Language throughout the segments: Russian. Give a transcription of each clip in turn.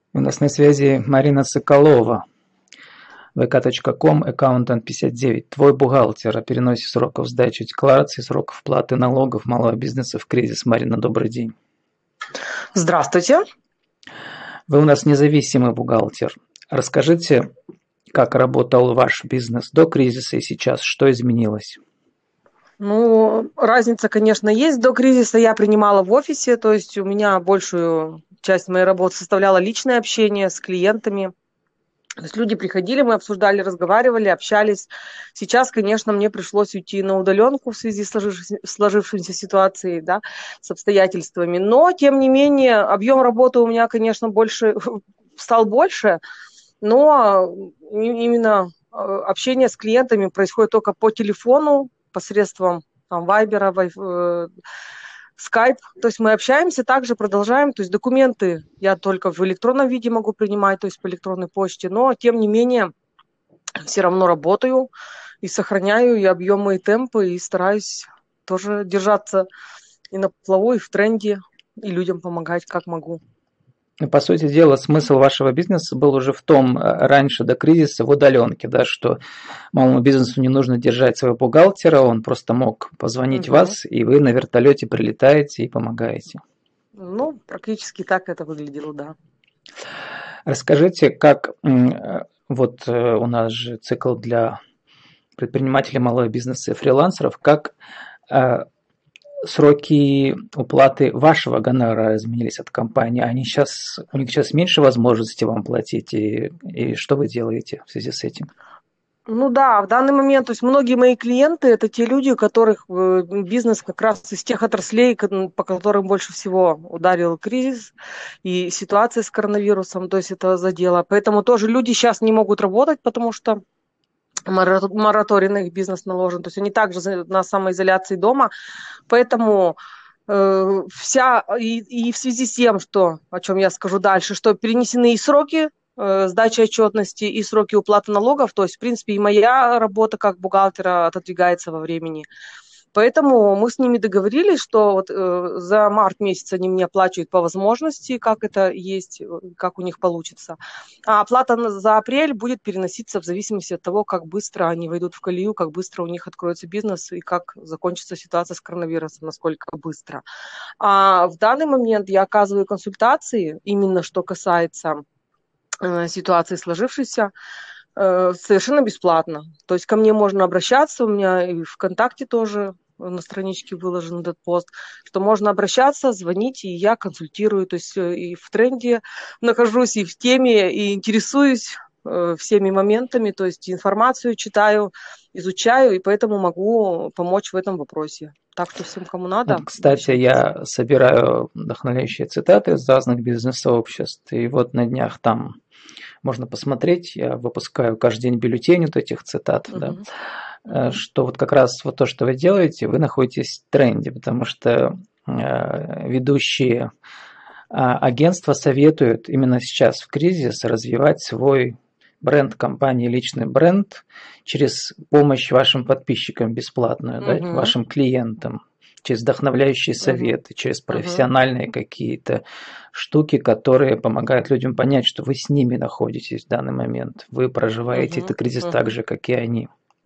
У нас на связи Марина Соколова, vk.com, аккаунтант 59, твой бухгалтер о переносе сроков сдачи декларации, сроков платы налогов малого бизнеса в кризис. Марина, добрый день. Здравствуйте. Вы у нас независимый бухгалтер. Расскажите, как работал ваш бизнес до кризиса и сейчас, что изменилось? Ну, разница, конечно, есть. До кризиса я принимала в офисе, то есть у меня большую часть моей работы составляло личное общение с клиентами. То есть люди приходили, мы обсуждали, разговаривали, общались. Сейчас, конечно, мне пришлось уйти на удаленку в связи с сложившейся ситуацией, да, с обстоятельствами. Но, тем не менее, объем работы у меня, конечно, стал больше, но именно общение с клиентами происходит только по телефону, посредством там, Вайбера, Скайп. То есть мы общаемся, также продолжаем. То есть документы я только в электронном виде могу принимать, то есть по электронной почте. Но, тем не менее, все равно работаю и сохраняю и объемы, и темпы, и стараюсь тоже держаться и на плаву, и в тренде, и людям помогать, как могу. По сути дела, смысл вашего бизнеса был уже в том, раньше до кризиса, в удаленке, да, что малому бизнесу не нужно держать своего бухгалтера, он просто мог позвонить вас, и вы на вертолете прилетаете и помогаете. Ну, практически так это выглядело, да. Расскажите, как вот у нас же цикл для предпринимателей малого бизнеса и фрилансеров, как сроки уплаты вашего гонорара изменились от компании? У них сейчас меньше возможностей вам платить, и что вы делаете в связи с этим? Ну да, в данный момент, то есть многие мои клиенты это те люди, у которых бизнес как раз из тех отраслей, по которым больше всего ударил кризис и ситуация с коронавирусом, то есть это задело. Поэтому тоже люди сейчас не могут работать, потому что мораторий на их бизнес наложен. То есть они также на самоизоляции дома. Поэтому и в связи с тем, о чем я скажу дальше, что перенесены и сроки сдачи отчетности, и сроки уплаты налогов, то есть, в принципе, и моя работа как бухгалтера отодвигается во времени. Поэтому мы с ними договорились, что вот, за март месяц они мне оплачивают по возможности, как это есть, как у них получится. А оплата за апрель будет переноситься в зависимости от того, как быстро они войдут в колею, как быстро у них откроется бизнес и как закончится ситуация с коронавирусом, насколько быстро. А в данный момент я оказываю консультации, именно что касается ситуации сложившейся, совершенно бесплатно. То есть ко мне можно обращаться, у меня и ВКонтакте тоже на страничке выложен этот пост, что можно обращаться, звонить, и я консультирую, то есть и в тренде нахожусь, и в теме, и интересуюсь всеми моментами, то есть информацию читаю, изучаю, и поэтому могу помочь в этом вопросе. Так что всем, кому надо, Вот, кстати, обращайтесь. я собираю вдохновляющие цитаты из разных бизнес-сообществ, и вот на днях там можно посмотреть, я выпускаю каждый день бюллетень вот этих цитат, да, что вот как раз вот то, что вы делаете, вы находитесь в тренде, потому что ведущие агентства советуют именно сейчас в кризис развивать свой бренд компании, личный бренд через помощь вашим подписчикам бесплатную, да, вашим клиентам, через вдохновляющие советы, через профессиональные какие-то штуки, которые помогают людям понять, что вы с ними находитесь в данный момент, вы проживаете этот кризис так же, как и они.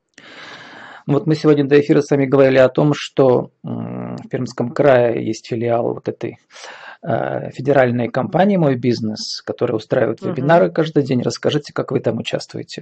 Вот мы сегодня до эфира с вами говорили о том, что в Пермском крае есть филиал вот этой федеральной компании «Мой бизнес», которая устраивает вебинары каждый день. Расскажите, как вы там участвуете.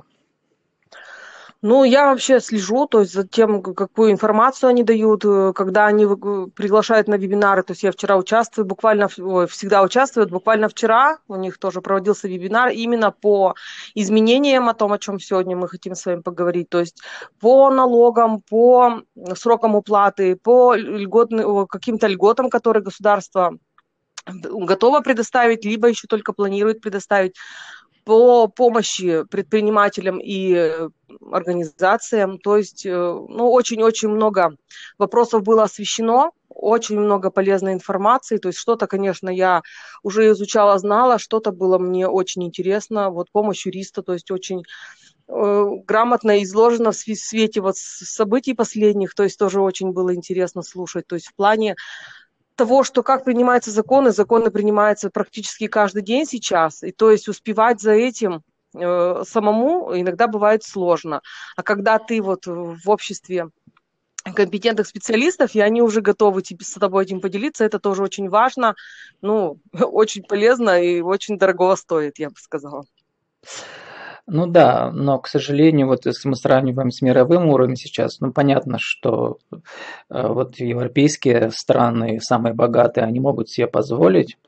Ну, я вообще слежу, то есть за тем, какую информацию они дают, когда они приглашают на вебинары. То есть я вчера участвую, всегда участвую. Буквально вчера у них тоже проводился вебинар именно по изменениям, о том, о чем сегодня мы хотим с вами поговорить. То есть по налогам, по срокам уплаты, по каким-то льготам, которые государство готово предоставить, либо еще только планирует предоставить, по помощи предпринимателям и организациям. То есть, ну, очень-очень много вопросов было освещено, очень много полезной информации. То есть что-то, конечно, я уже изучала, знала, что-то было мне очень интересно. Вот помощь юриста, то есть очень грамотно изложено в свете вот событий последних, то есть тоже очень было интересно слушать. То есть в плане того, что как принимаются законы, законы принимаются практически каждый день сейчас, и то есть успевать за этим самому иногда бывает сложно. А когда ты вот в обществе компетентных специалистов, и они уже готовы с тобой этим поделиться, это тоже очень важно, ну, очень полезно и очень дорого стоит, я бы сказала. Ну да, но, к сожалению, вот если мы сравниваем с мировым уровнем сейчас, ну понятно, что вот европейские страны, самые богатые, они могут себе позволить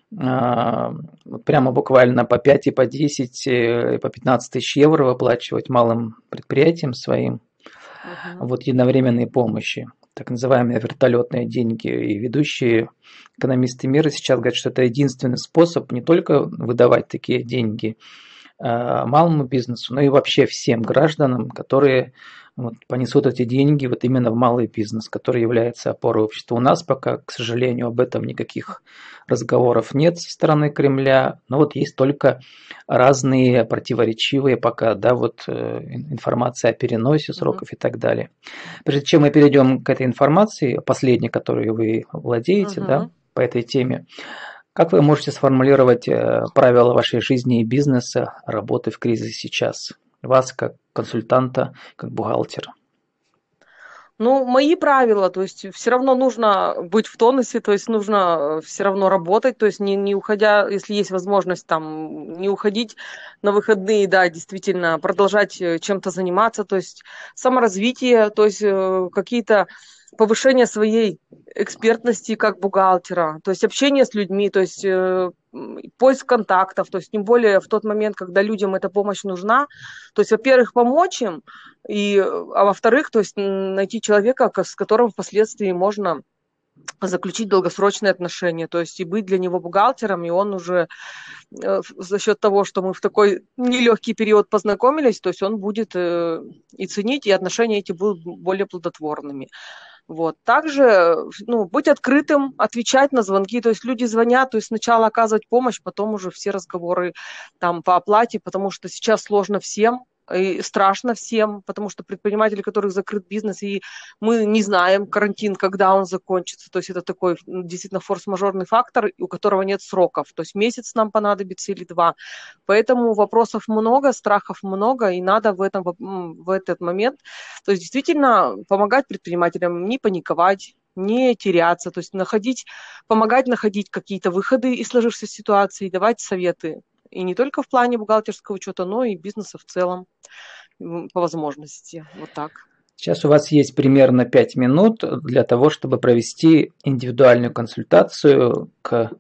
вот прямо буквально по 5 и по 10, и по 15 тысяч евро выплачивать малым предприятиям своим вот единовременные помощи, так называемые вертолетные деньги. И ведущие экономисты мира сейчас говорят, что это единственный способ не только выдавать такие деньги малому бизнесу, но и вообще всем гражданам, которые вот, понесут эти деньги вот именно в малый бизнес, который является опорой общества. У нас пока, к сожалению, об этом никаких разговоров нет со стороны Кремля, но вот есть только разные противоречивые пока, да, вот информация о переносе сроков и так далее. Прежде чем мы перейдем к этой информации, последней, которой вы владеете, да, по этой теме, как вы можете сформулировать правила вашей жизни и бизнеса, работы в кризисе сейчас? Вас как консультанта, как бухгалтера. Ну, мои правила, то есть все равно нужно быть в тонусе, то есть нужно все равно работать, то есть не уходя, если есть возможность там не уходить на выходные, да, действительно продолжать чем-то заниматься, то есть саморазвитие, то есть какие-то повышение своей экспертности как бухгалтера, то есть общение с людьми, то есть поиск контактов, то есть тем более в тот момент, когда людям эта помощь нужна, то есть, во-первых, помочь им, а во-вторых, то есть найти человека, с которым впоследствии можно заключить долгосрочные отношения, то есть и быть для него бухгалтером, и он уже за счет того, что мы в такой нелегкий период познакомились, то есть он будет и ценить, и отношения эти будут более плодотворными. Вот. Также ну, быть открытым, отвечать на звонки. То есть люди звонят, то есть сначала оказывать помощь, потом уже все разговоры там, по оплате, потому что сейчас сложно всем. И страшно всем, потому что предприниматели, у которых закрыт бизнес, и мы не знаем карантин, когда он закончится. То есть это такой действительно форс-мажорный фактор, у которого нет сроков. То есть месяц нам понадобится или 2. Поэтому вопросов много, страхов много, и надо в этот момент, то есть действительно помогать предпринимателям, не паниковать, не теряться, то есть помогать находить какие-то выходы из сложившейся ситуации, давать советы. И не только в плане бухгалтерского учета, но и бизнеса в целом по возможности. Вот так. Сейчас у вас есть примерно 5 минут для того, чтобы провести индивидуальную консультацию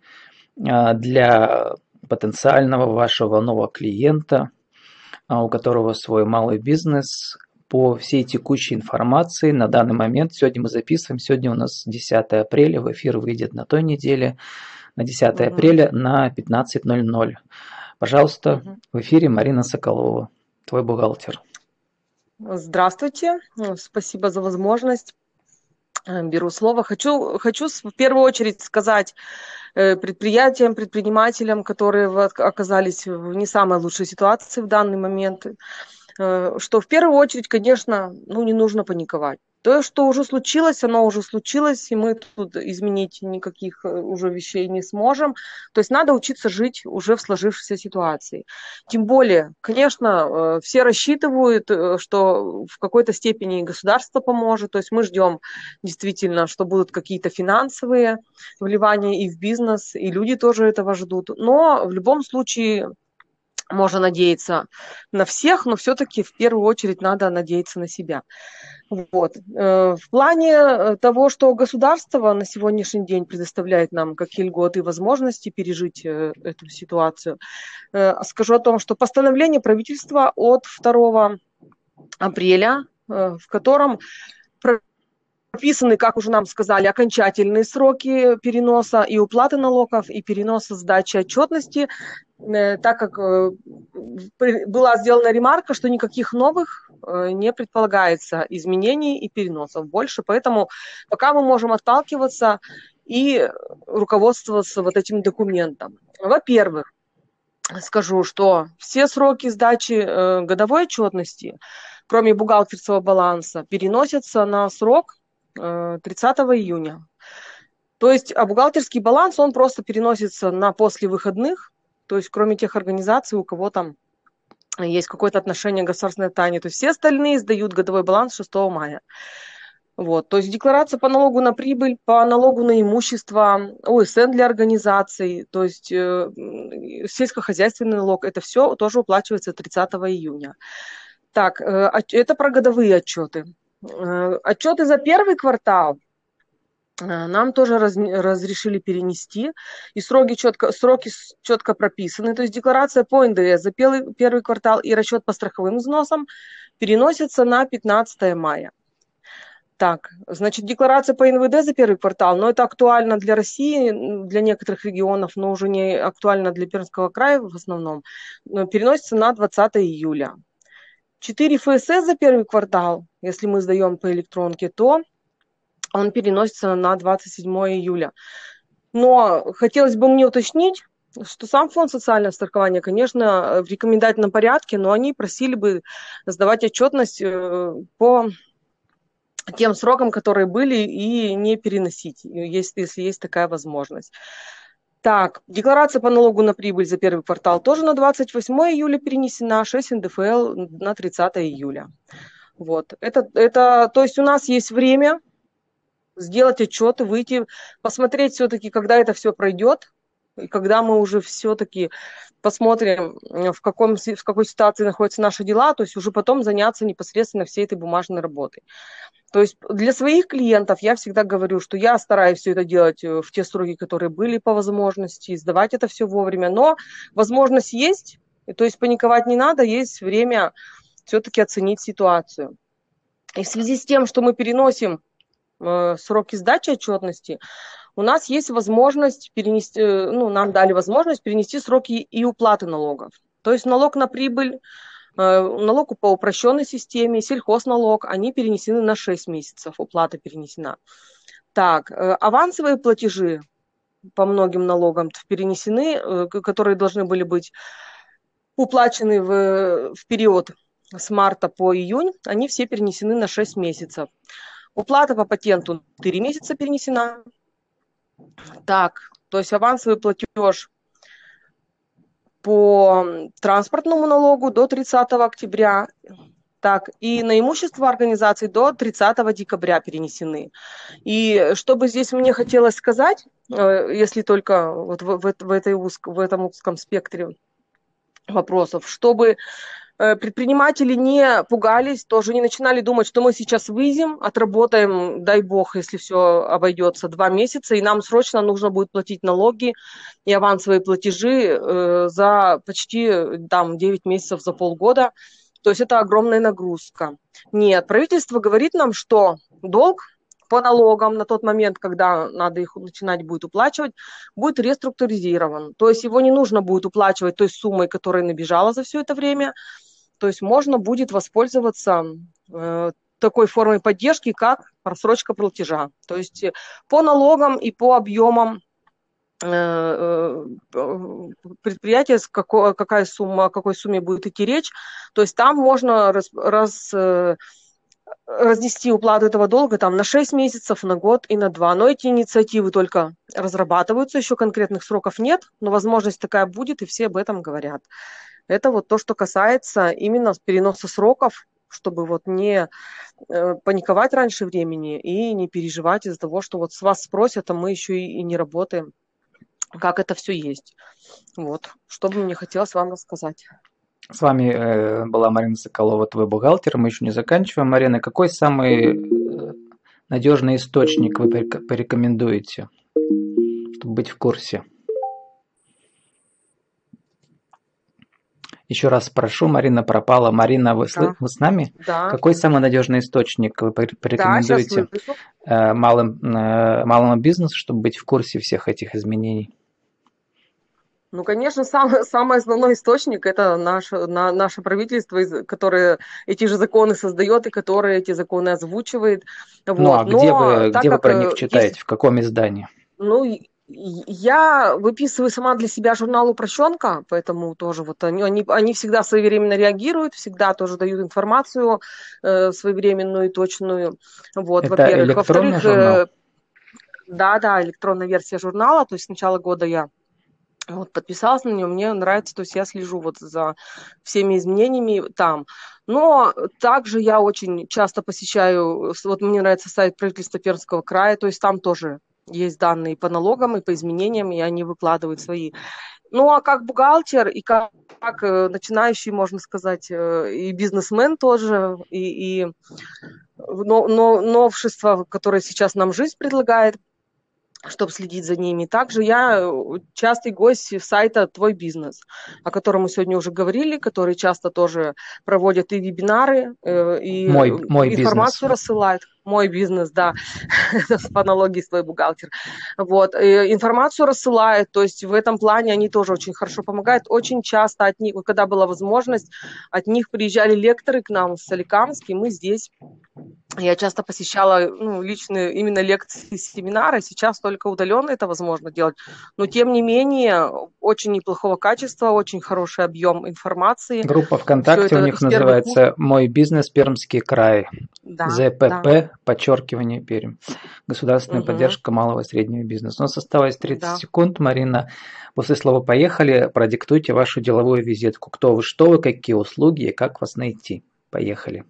для потенциального вашего нового клиента, у которого свой малый бизнес, по всей текущей информации на данный момент. Сегодня мы записываем, сегодня у нас 10 апреля, в эфир выйдет на той неделе, на 10 апреля на 15:00. Пожалуйста, в эфире Марина Соколова, твой бухгалтер. Здравствуйте, спасибо за возможность. Беру слово. Хочу в первую очередь сказать предприятиям, предпринимателям, которые оказались в не самой лучшей ситуации в данный момент, что в первую очередь, конечно, не нужно паниковать. То, что уже случилось, оно уже случилось, и мы тут изменить никаких уже вещей не сможем. То есть надо учиться жить уже в сложившейся ситуации. Тем более, конечно, все рассчитывают, что в какой-то степени государство поможет. То есть мы ждем действительно, что будут какие-то финансовые вливания и в бизнес, и люди тоже этого ждут. Но в любом случае можно надеяться на всех, но все-таки в первую очередь надо надеяться на себя. Вот. В плане того, что государство на сегодняшний день предоставляет нам какие льготы и возможности пережить эту ситуацию, скажу о том, что постановление правительства от 2 апреля, в котором прописаны, как уже нам сказали, окончательные сроки переноса и уплаты налогов, и переноса сдачи отчетности, так как была сделана ремарка, что никаких новых не предполагается изменений и переносов больше, поэтому пока мы можем отталкиваться и руководствоваться вот этим документом. Во-первых, скажу, что все сроки сдачи годовой отчетности, кроме бухгалтерского баланса, переносятся на срок 30 июня. То есть бухгалтерский баланс, он просто переносится на после выходных, то есть кроме тех организаций, у кого там есть какое-то отношение к государственной тайне. То есть все остальные сдают годовой баланс 6 мая. Вот. То есть декларация по налогу на прибыль, по налогу на имущество, ОСН для организаций, то есть сельскохозяйственный налог, это все тоже уплачивается 30 июня. Так, это про годовые отчеты. Отчеты за первый квартал нам тоже разрешили перенести, и сроки четко прописаны. То есть декларация по НДС за первый квартал и расчет по страховым взносам переносятся на 15 мая. Так, значит, декларация по НВД за первый квартал, но это актуально для России, для некоторых регионов, но уже не актуально для Пермского края в основном, переносится на 20 июля. 4 ФСС за первый квартал, если мы сдаем по электронке, то он переносится на 27 июля. Но хотелось бы мне уточнить, что сам фонд социального страхования, конечно, в рекомендательном порядке, но они просили бы сдавать отчетность по тем срокам, которые были, и не переносить, если есть такая возможность. Так, декларация по налогу на прибыль за первый квартал тоже на 28 июля перенесена, 6 НДФЛ на 30 июля. Вот. То есть у нас есть время сделать отчеты, выйти, посмотреть все-таки, когда это все пройдет, и когда мы уже все-таки посмотрим, в какой ситуации находятся наши дела, то есть уже потом заняться непосредственно всей этой бумажной работой. То есть для своих клиентов я всегда говорю, что я стараюсь все это делать в те сроки, которые были по возможности, сдавать это все вовремя, но возможность есть, то есть паниковать не надо, есть время все-таки оценить ситуацию. И в связи с тем, что мы переносим сроки сдачи отчетности, у нас есть возможность перенести, нам дали возможность перенести сроки и уплаты налогов. То есть налог на прибыль, налог по упрощенной системе, сельхозналог, они перенесены на 6 месяцев, уплата перенесена. Так, авансовые платежи по многим налогам перенесены, которые должны были быть уплачены в период с марта по июнь, они все перенесены на 6 месяцев. Уплата по патенту 4 месяца перенесена. Так, то есть авансовый платеж по транспортному налогу до 30 октября. Так, и на имущество организаций до 30 декабря перенесены. И что бы здесь мне хотелось сказать, если только вот в этом узком спектре вопросов, чтобы предприниматели не пугались, тоже не начинали думать, что мы сейчас выйдем, отработаем, дай бог, если все обойдется, 2 месяца, и нам срочно нужно будет платить налоги и авансовые платежи за почти 9 месяцев, за полгода. То есть это огромная нагрузка. Нет, правительство говорит нам, что долг по налогам на тот момент, когда надо их начинать будет уплачивать, будет реструктуризирован. То есть его не нужно будет уплачивать той суммой, которая набежала за все это время. То есть можно будет воспользоваться такой формой поддержки, как просрочка платежа. То есть по налогам и по объемам предприятия, о какой сумме будет идти речь. То есть там можно разнести уплату этого долга на 6 месяцев, на год и на 2. Но эти инициативы только разрабатываются, еще конкретных сроков нет, но возможность такая будет, и все об этом говорят. Это вот то, что касается именно переноса сроков, чтобы вот не паниковать раньше времени и не переживать из-за того, что вот с вас спросят, а мы еще и не работаем, как это все есть. Вот, что бы мне хотелось вам рассказать. С вами была Марина Соколова, твой бухгалтер. Мы еще не заканчиваем. Марина, какой самый надежный источник вы порекомендуете, чтобы быть в курсе? Еще раз спрошу, Марина пропала. Марина, вы с нами? Да. Какой самый надежный источник вы порекомендуете малому бизнесу, чтобы быть в курсе всех этих изменений? Ну, конечно, самый основной источник – это наше правительство, которое эти же законы создает и которое эти законы озвучивает. Ну, а где вы про них читаете, в каком издании? Ну, я выписываю сама для себя журнал «Упрощенка», поэтому тоже вот они всегда своевременно реагируют, всегда тоже дают информацию своевременную и точную. Вот, это электронный журнал? Да, электронная версия журнала. То есть с начала года я вот подписалась на нее, мне нравится, то есть я слежу вот за всеми изменениями там. Но также я очень часто посещаю, вот мне нравится сайт правительства Пермского края, то есть там тоже есть данные по налогам и по изменениям, и они выкладывают свои. Ну, а как бухгалтер и как начинающий, можно сказать, и бизнесмен тоже, и новшества, которые сейчас нам жизнь предлагает, чтобы следить за ними. Также я частый гость сайта «Твой бизнес», о котором мы сегодня уже говорили, который часто тоже проводят и вебинары, и Мой бизнес. информацию рассылает. Мой бизнес, да, по аналогии свой бухгалтер. Вот. И информацию рассылает, то есть в этом плане они тоже очень хорошо помогают. Очень часто от них, когда была возможность, от них приезжали лекторы к нам в Соликамск, и мы здесь. Я часто посещала личные именно лекции, семинары. Сейчас только удаленно это возможно делать. Но, тем не менее, очень неплохого качества, очень хороший объем информации. Группа Все ВКонтакте у это них из первых уст. называется «Мой бизнес. Пермский край». Да, да. ЗПП, подчеркивание, Пермь. Государственная Угу, поддержка малого и среднего бизнеса. У нас осталось 30 да. секунд. Марина, после слова «поехали» продиктуйте вашу деловую визитку. Кто вы, что вы, какие услуги и как вас найти. Поехали.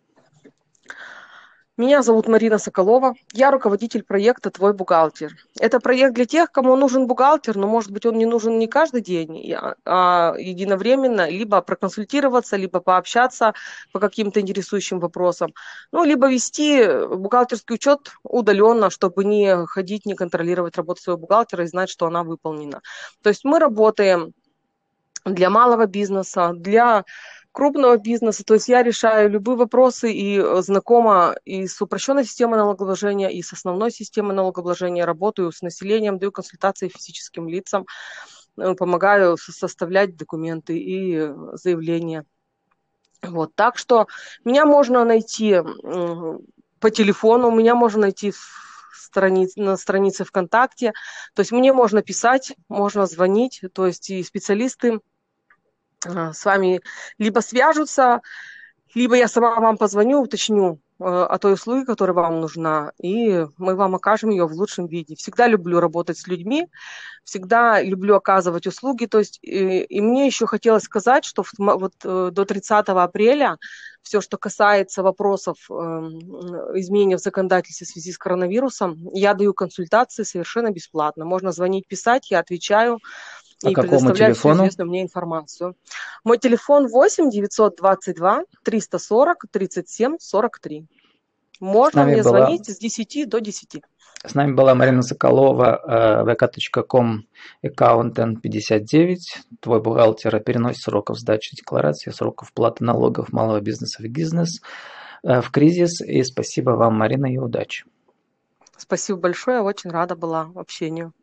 Меня зовут Марина Соколова. Я руководитель проекта «Твой бухгалтер». Это проект для тех, кому нужен бухгалтер, но, может быть, он не нужен не каждый день, а единовременно либо проконсультироваться, либо пообщаться по каким-то интересующим вопросам, либо вести бухгалтерский учет удаленно, чтобы не ходить, не контролировать работу своего бухгалтера и знать, что она выполнена. То есть мы работаем для малого бизнеса, для крупного бизнеса. То есть я решаю любые вопросы и знакома и с упрощенной системой налогообложения, и с основной системой налогообложения. Работаю с населением, даю консультации физическим лицам, помогаю составлять документы и заявления. Вот. Так что меня можно найти по телефону, меня можно найти на странице ВКонтакте. То есть мне можно писать, можно звонить. То есть и специалисты с вами либо свяжутся, либо я сама вам позвоню, уточню о той услуге, которая вам нужна, и мы вам окажем ее в лучшем виде. Всегда люблю работать с людьми, всегда люблю оказывать услуги. То есть, и мне еще хотелось сказать, что вот до 30 апреля все, что касается вопросов изменения в законодательстве в связи с коронавирусом, я даю консультации совершенно бесплатно. Можно звонить, писать, я отвечаю По и какому предоставляю всю телефону? известную мне информацию. Мой телефон 8 922 340 37 43. С Можно нами мне была звонить с 10 до 10. С нами была Марина Соколова, vk.com, accountant 59, твой бухгалтер о переносе сроков сдачи декларации, сроков платы налогов малого бизнеса в кризис. И спасибо вам, Марина, и удачи. Спасибо большое, очень рада была общению.